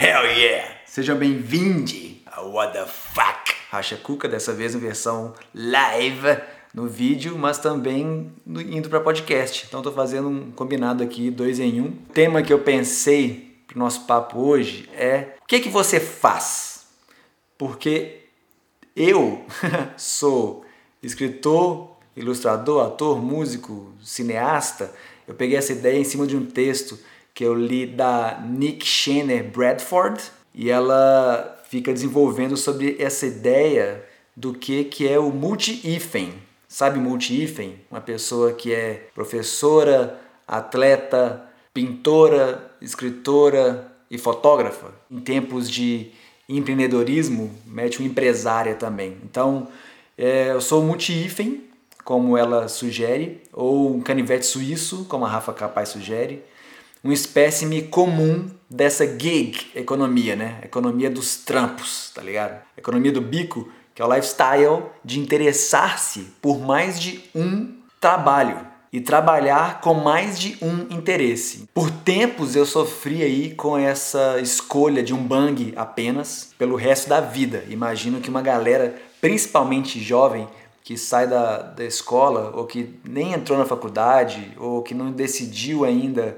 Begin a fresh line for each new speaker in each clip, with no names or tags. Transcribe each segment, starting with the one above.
Hell yeah! Sejam bem-vindos ao What the Fuck Racha Cuca, dessa vez em versão live no vídeo, mas também indo para podcast. Então estou fazendo um combinado aqui, 2 em 1. O tema que eu pensei para o nosso papo hoje é: o que você faz? Porque eu sou escritor, ilustrador, ator, músico, cineasta. Eu peguei essa ideia em cima de um texto que eu li da Nick Shanner Bradford, e ela fica desenvolvendo sobre essa ideia do que é o multi-hífen. Sabe multi-hífen? Uma pessoa que é professora, atleta, pintora, escritora e fotógrafa. Em tempos de empreendedorismo, mete uma empresária também. Então, eu sou multi-hífen, como ela sugere, ou um canivete suíço, como a Rafa Capaz sugere. Um espécime comum dessa gig economia, né? Economia dos trampos, tá ligado? Economia do bico, que é o lifestyle de interessar-se por mais de um trabalho e trabalhar com mais de um interesse. Por tempos eu sofri aí com essa escolha de um bang apenas pelo resto da vida. Imagino que uma galera, principalmente jovem, que sai da escola ou que nem entrou na faculdade ou que não decidiu ainda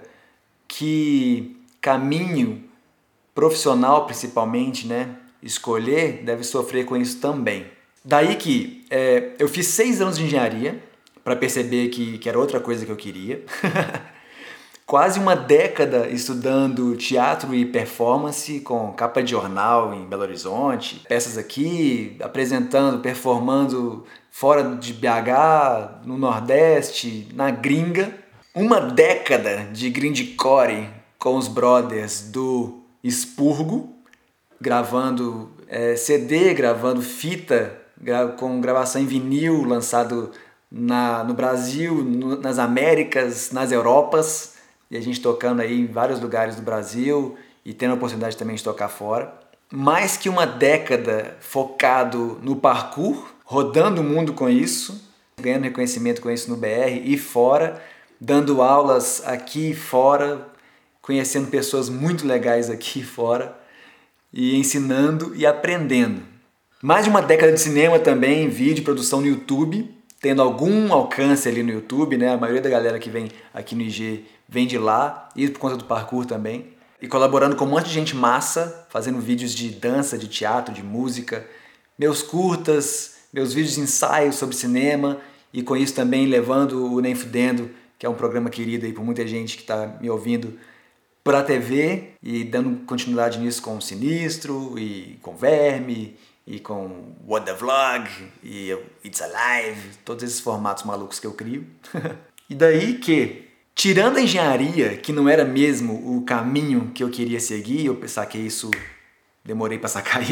que caminho profissional, principalmente, né, escolher, deve sofrer com isso também. Daí que eu fiz 6 anos de engenharia para perceber que era outra coisa que eu queria. Quase uma década estudando teatro e performance com capa de jornal em Belo Horizonte, peças aqui, apresentando, performando fora de BH, no Nordeste, na gringa. Uma década de grindcore com os brothers do Expurgo, gravando CD, gravando fita, com gravação em vinil, lançado no Brasil, nas Américas, nas Europas, e a gente tocando aí em vários lugares do Brasil e tendo a oportunidade também de tocar fora. Mais que uma década focado no parkour, rodando o mundo com isso, ganhando reconhecimento com isso no BR e fora, dando aulas aqui e fora, conhecendo pessoas muito legais aqui e fora, e ensinando e aprendendo. Mais de uma década de cinema também, vídeo, produção no YouTube, tendo algum alcance ali no YouTube, né? A maioria da galera que vem aqui no IG vem de lá, e por conta do parkour também. E colaborando com um monte de gente massa, fazendo vídeos de dança, de teatro, de música, meus curtas, meus vídeos de ensaio sobre cinema, e com isso também levando o Nem Fudendo, que é um programa querido aí por muita gente que está me ouvindo, para a TV, e dando continuidade nisso com o Sinistro, e com Verme, e com What the Vlog, e It's Alive, todos esses formatos malucos que eu crio. E daí que, tirando a engenharia, que não era mesmo o caminho que eu queria seguir, eu saquei isso, demorei para sacar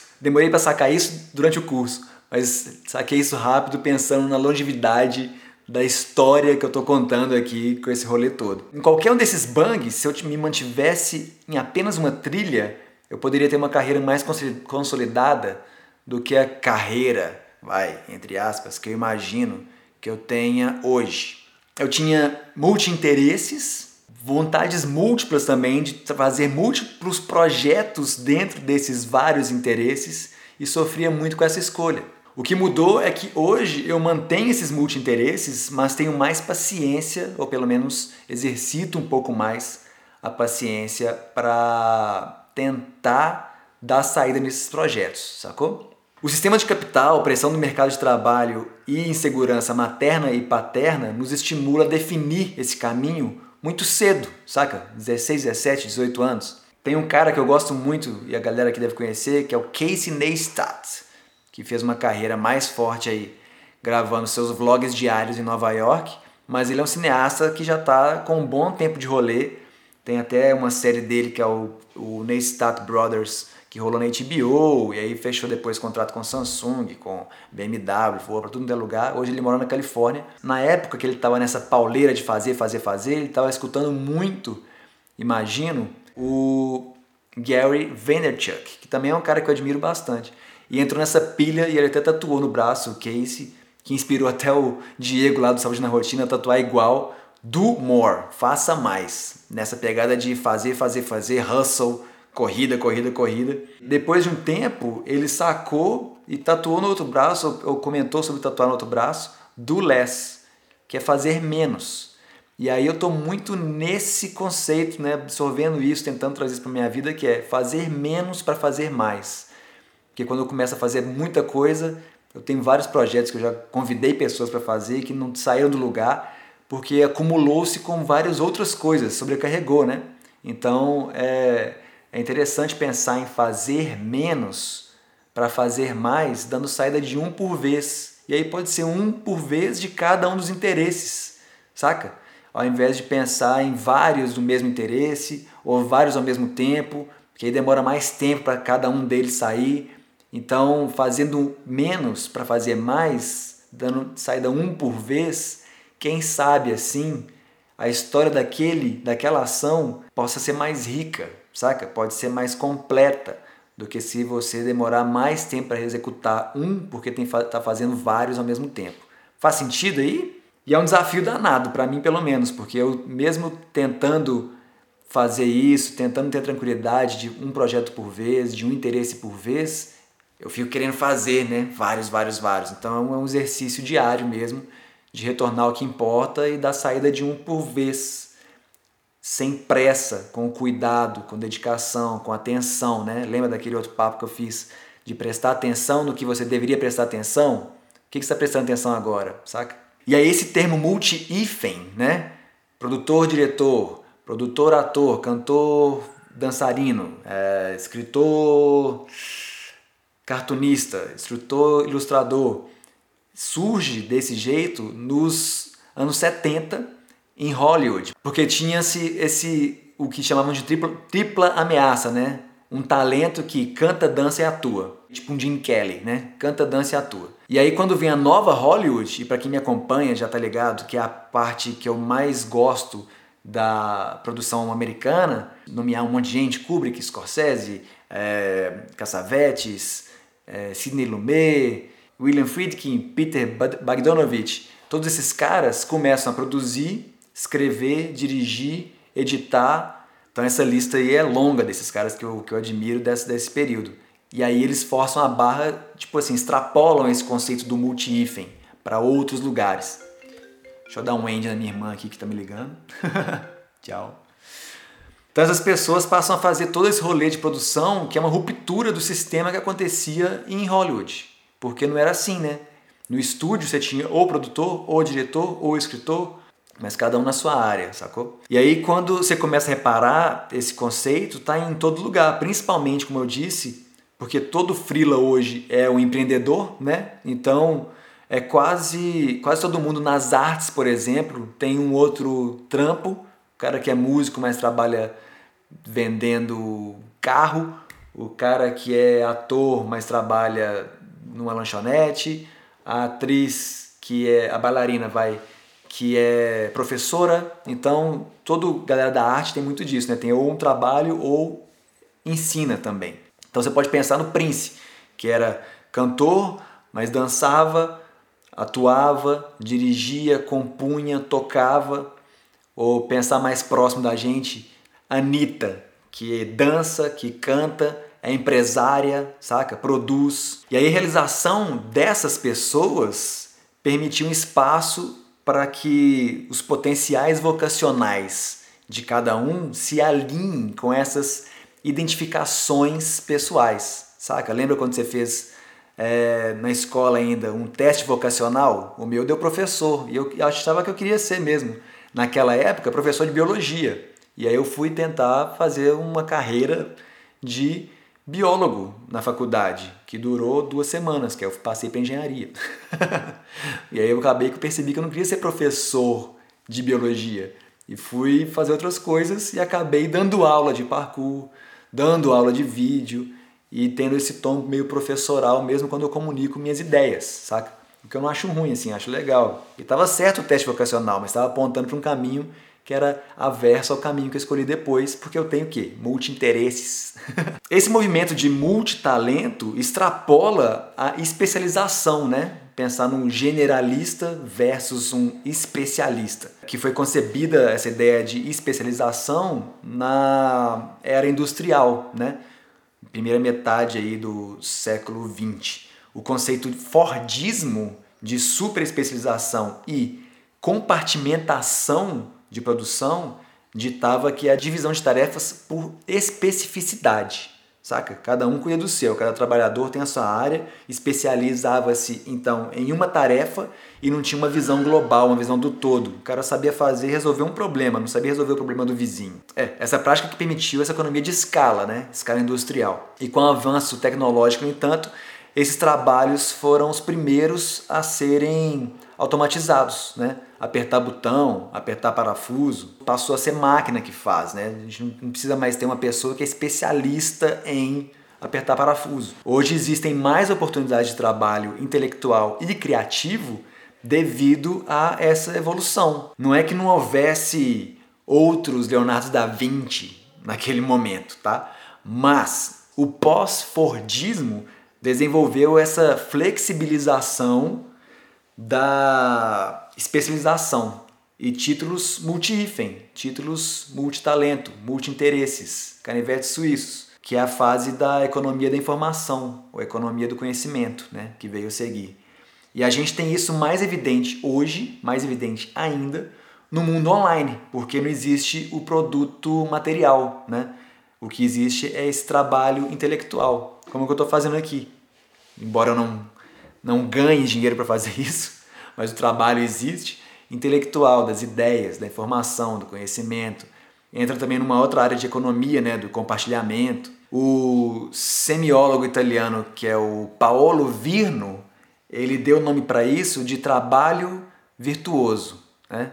isso durante o curso, mas saquei isso rápido pensando na longevidade da história que eu tô contando aqui com esse rolê todo. Em qualquer um desses bangs, se eu me mantivesse em apenas uma trilha, eu poderia ter uma carreira mais consolidada do que a carreira, entre aspas, que eu imagino que eu tenha hoje. Eu tinha multi-interesses, vontades múltiplas também de fazer múltiplos projetos dentro desses vários interesses, e sofria muito com essa escolha. O que mudou é que hoje eu mantenho esses multi-interesses, mas tenho mais paciência, ou pelo menos exercito um pouco mais a paciência para tentar dar saída nesses projetos, sacou? O sistema de capital, pressão do mercado de trabalho e insegurança materna e paterna nos estimula a definir esse caminho muito cedo, saca? 16, 17, 18 anos. Tem um cara que eu gosto muito, e a galera aqui deve conhecer, que é o Casey Neistat, que fez uma carreira mais forte aí, gravando seus vlogs diários em Nova York, mas ele é um cineasta que já está com um bom tempo de rolê. Tem até uma série dele que é o Neistat Brothers, que rolou na HBO, e aí fechou depois contrato com Samsung, com BMW, voou para tudo que é lugar. Hoje ele mora na Califórnia. Na época que ele estava nessa pauleira de fazer, ele estava escutando muito, imagino, o Gary Vaynerchuk, que também é um cara que eu admiro bastante. E entrou nessa pilha, e ele até tatuou no braço o Casey, que inspirou até o Diego lá do Saúde na Rotina a tatuar igual: do more, faça mais. Nessa pegada de fazer, hustle, corrida, corrida, corrida. Depois de um tempo, ele sacou e tatuou no outro braço, ou comentou sobre tatuar no outro braço, do less, que é fazer menos. E aí eu tô muito nesse conceito, né, absorvendo isso, tentando trazer isso para minha vida, que é fazer menos para fazer mais. Porque quando eu começo a fazer muita coisa, eu tenho vários projetos que eu já convidei pessoas para fazer que não saíram do lugar, porque acumulou-se com várias outras coisas, sobrecarregou, né? Então é interessante pensar em fazer menos para fazer mais, dando saída de um por vez. E aí pode ser um por vez de cada um dos interesses, saca? Ao invés de pensar em vários do mesmo interesse ou vários ao mesmo tempo, porque aí demora mais tempo para cada um deles sair. Então, fazendo menos para fazer mais, dando saída um por vez, quem sabe assim a história daquela ação possa ser mais rica, saca? Pode ser mais completa do que se você demorar mais tempo para executar um, porque tá fazendo vários ao mesmo tempo. Faz sentido aí? E é um desafio danado, para mim pelo menos, porque eu mesmo tentando fazer isso, tentando ter tranquilidade de um projeto por vez, de um interesse por vez, eu fico querendo fazer, né? Vários. Então é um exercício diário mesmo, de retornar ao que importa e dar saída de um por vez, sem pressa, com cuidado, com dedicação, com atenção, né? Lembra daquele outro papo que eu fiz de prestar atenção no que você deveria prestar atenção? O que você está prestando atenção agora, saca? E aí esse termo multi-hífen, né? Produtor, diretor, produtor, ator, cantor, dançarino, escritor, cartunista, escritor, ilustrador, surge desse jeito nos anos 70 em Hollywood, porque tinha-se o que chamavam de tripla ameaça, né? Um talento que canta, dança e atua, tipo um Gene Kelly, né? Canta, dança e atua. E aí quando vem a nova Hollywood, e para quem me acompanha já tá ligado que é a parte que eu mais gosto da produção americana, nomear um monte de gente, Kubrick, Scorsese, Cassavetes, Sidney Lumet, William Friedkin, Peter Bogdanovich, todos esses caras começam a produzir, escrever, dirigir, editar. Então essa lista aí é longa desses caras que eu admiro desse período. E aí eles forçam a barra, tipo assim, extrapolam esse conceito do multi-hífen para outros lugares. Deixa eu dar um end na minha irmã aqui que tá me ligando. Tchau. Então essas pessoas passam a fazer todo esse rolê de produção que é uma ruptura do sistema que acontecia em Hollywood. Porque não era assim, né? No estúdio você tinha ou produtor, ou diretor, ou escritor, mas cada um na sua área, sacou? E aí quando você começa a reparar, esse conceito tá em todo lugar, principalmente, como eu disse, porque todo freela hoje é um empreendedor, né? Então é quase todo mundo nas artes, por exemplo, tem um outro trampo, o cara que é músico, mas trabalha vendendo carro, o cara que é ator, mas trabalha numa lanchonete, a atriz que é a bailarina que é professora. Então toda galera da arte tem muito disso, né? Tem ou um trabalho ou ensina também. Então você pode pensar no Prince, que era cantor, mas dançava, atuava, dirigia, compunha, tocava. Ou pensar mais próximo da gente, Anitta, que dança, que canta, é empresária, saca? Produz. E aí a realização dessas pessoas permitiu um espaço para que os potenciais vocacionais de cada um se alinhem com essas identificações pessoais, saca? Lembra quando você fez na escola ainda um teste vocacional? O meu deu professor e eu achava que eu queria ser mesmo, naquela época, professor de biologia. E aí eu fui tentar fazer uma carreira de biólogo na faculdade, que durou 2 semanas, que eu passei para engenharia. E aí eu percebi que eu não queria ser professor de biologia. E fui fazer outras coisas e acabei dando aula de parkour, dando aula de vídeo e tendo esse tom meio professoral mesmo quando eu comunico minhas ideias, saca? O que eu não acho ruim, assim, acho legal. E estava certo o teste vocacional, mas estava apontando para um caminho que era averso ao caminho que eu escolhi depois, porque eu tenho o quê? Multi-interesses. Esse movimento de multitalento extrapola a especialização, né? Pensar num generalista versus um especialista, que foi concebida essa ideia de especialização na era industrial, né? Primeira metade aí do século XX. O conceito de Fordismo de superespecialização e compartimentação de produção ditava que a divisão de tarefas por especificidade, saca? Cada um cuida do seu, cada trabalhador tem a sua área, especializava-se então em uma tarefa e não tinha uma visão global, uma visão do todo. O cara sabia fazer e resolver um problema, não sabia resolver o problema do vizinho. Essa prática que permitiu essa economia de escala, né? Escala industrial. E com o avanço tecnológico, no entanto, esses trabalhos foram os primeiros a serem automatizados, né? Apertar botão, apertar parafuso, passou a ser máquina que faz, né? A gente não precisa mais ter uma pessoa que é especialista em apertar parafuso. Hoje existem mais oportunidades de trabalho intelectual e criativo devido a essa evolução. Não é que não houvesse outros Leonardo da Vinci naquele momento, tá? Mas o pós-Fordismo desenvolveu essa flexibilização da especialização e títulos multi-hífen, títulos multitalento, multi-interesses, canivetes suíços, que é a fase da economia da informação, ou economia do conhecimento, né, que veio a seguir. E a gente tem isso mais evidente hoje, mais evidente ainda, no mundo online, porque não existe o produto material, né? O que existe é esse trabalho intelectual, como que eu estou fazendo aqui. Embora eu não ganhe dinheiro para fazer isso, mas o trabalho existe, intelectual, das ideias, da informação, do conhecimento. Entra também numa outra área de economia, né, do compartilhamento. O semiólogo italiano, que é o Paolo Virno, ele deu o nome para isso de trabalho virtuoso, né?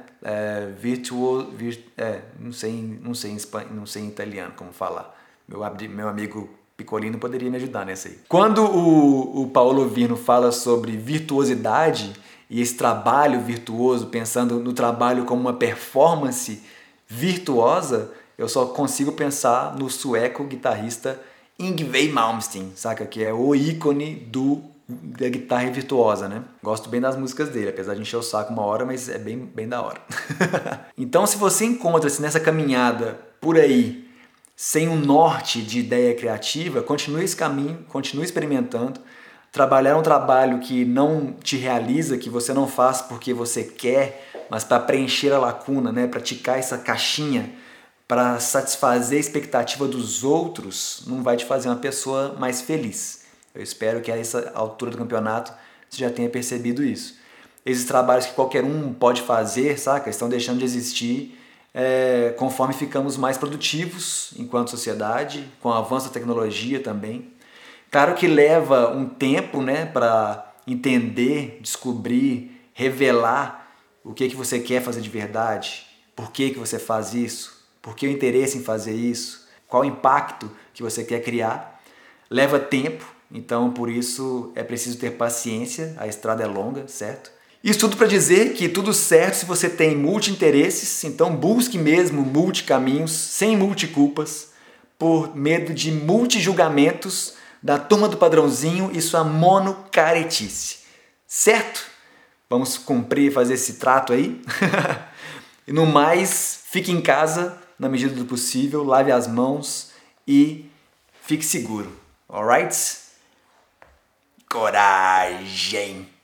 Não sei em italiano como falar. Meu amigo Picolino poderia me ajudar nessa aí. Quando o Paolo Virno fala sobre virtuosidade e esse trabalho virtuoso, pensando no trabalho como uma performance virtuosa, eu só consigo pensar no sueco guitarrista Yngwie Malmsteen, saca? Que é o ícone da guitarra virtuosa, né? Gosto bem das músicas dele, apesar de encher o saco uma hora, mas é bem da hora. Então, se você encontra-se nessa caminhada por aí, sem um norte de ideia criativa, continue esse caminho, continue experimentando. Trabalhar um trabalho que não te realiza, que você não faz porque você quer, mas para preencher a lacuna, né? Para ticar essa caixinha, para satisfazer a expectativa dos outros, não vai te fazer uma pessoa mais feliz. Eu espero que a essa altura do campeonato você já tenha percebido isso. Esses trabalhos que qualquer um pode fazer, saca? Estão deixando de existir conforme ficamos mais produtivos enquanto sociedade, com o avanço da tecnologia também. Claro que leva um tempo, né, para entender, descobrir, revelar o que você quer fazer de verdade, por que você faz isso, por que o interesse em fazer isso, qual o impacto que você quer criar. Leva tempo, então por isso é preciso ter paciência, a estrada é longa, certo? Isso tudo para dizer que tudo certo se você tem multi-interesses, então busque mesmo multi-caminhos, sem multi-culpas, por medo de multi-julgamentos da turma do padrãozinho e sua monocaretice. Certo? Vamos cumprir e fazer esse trato aí? E no mais, fique em casa, na medida do possível, lave as mãos e fique seguro. Alright? Coragem!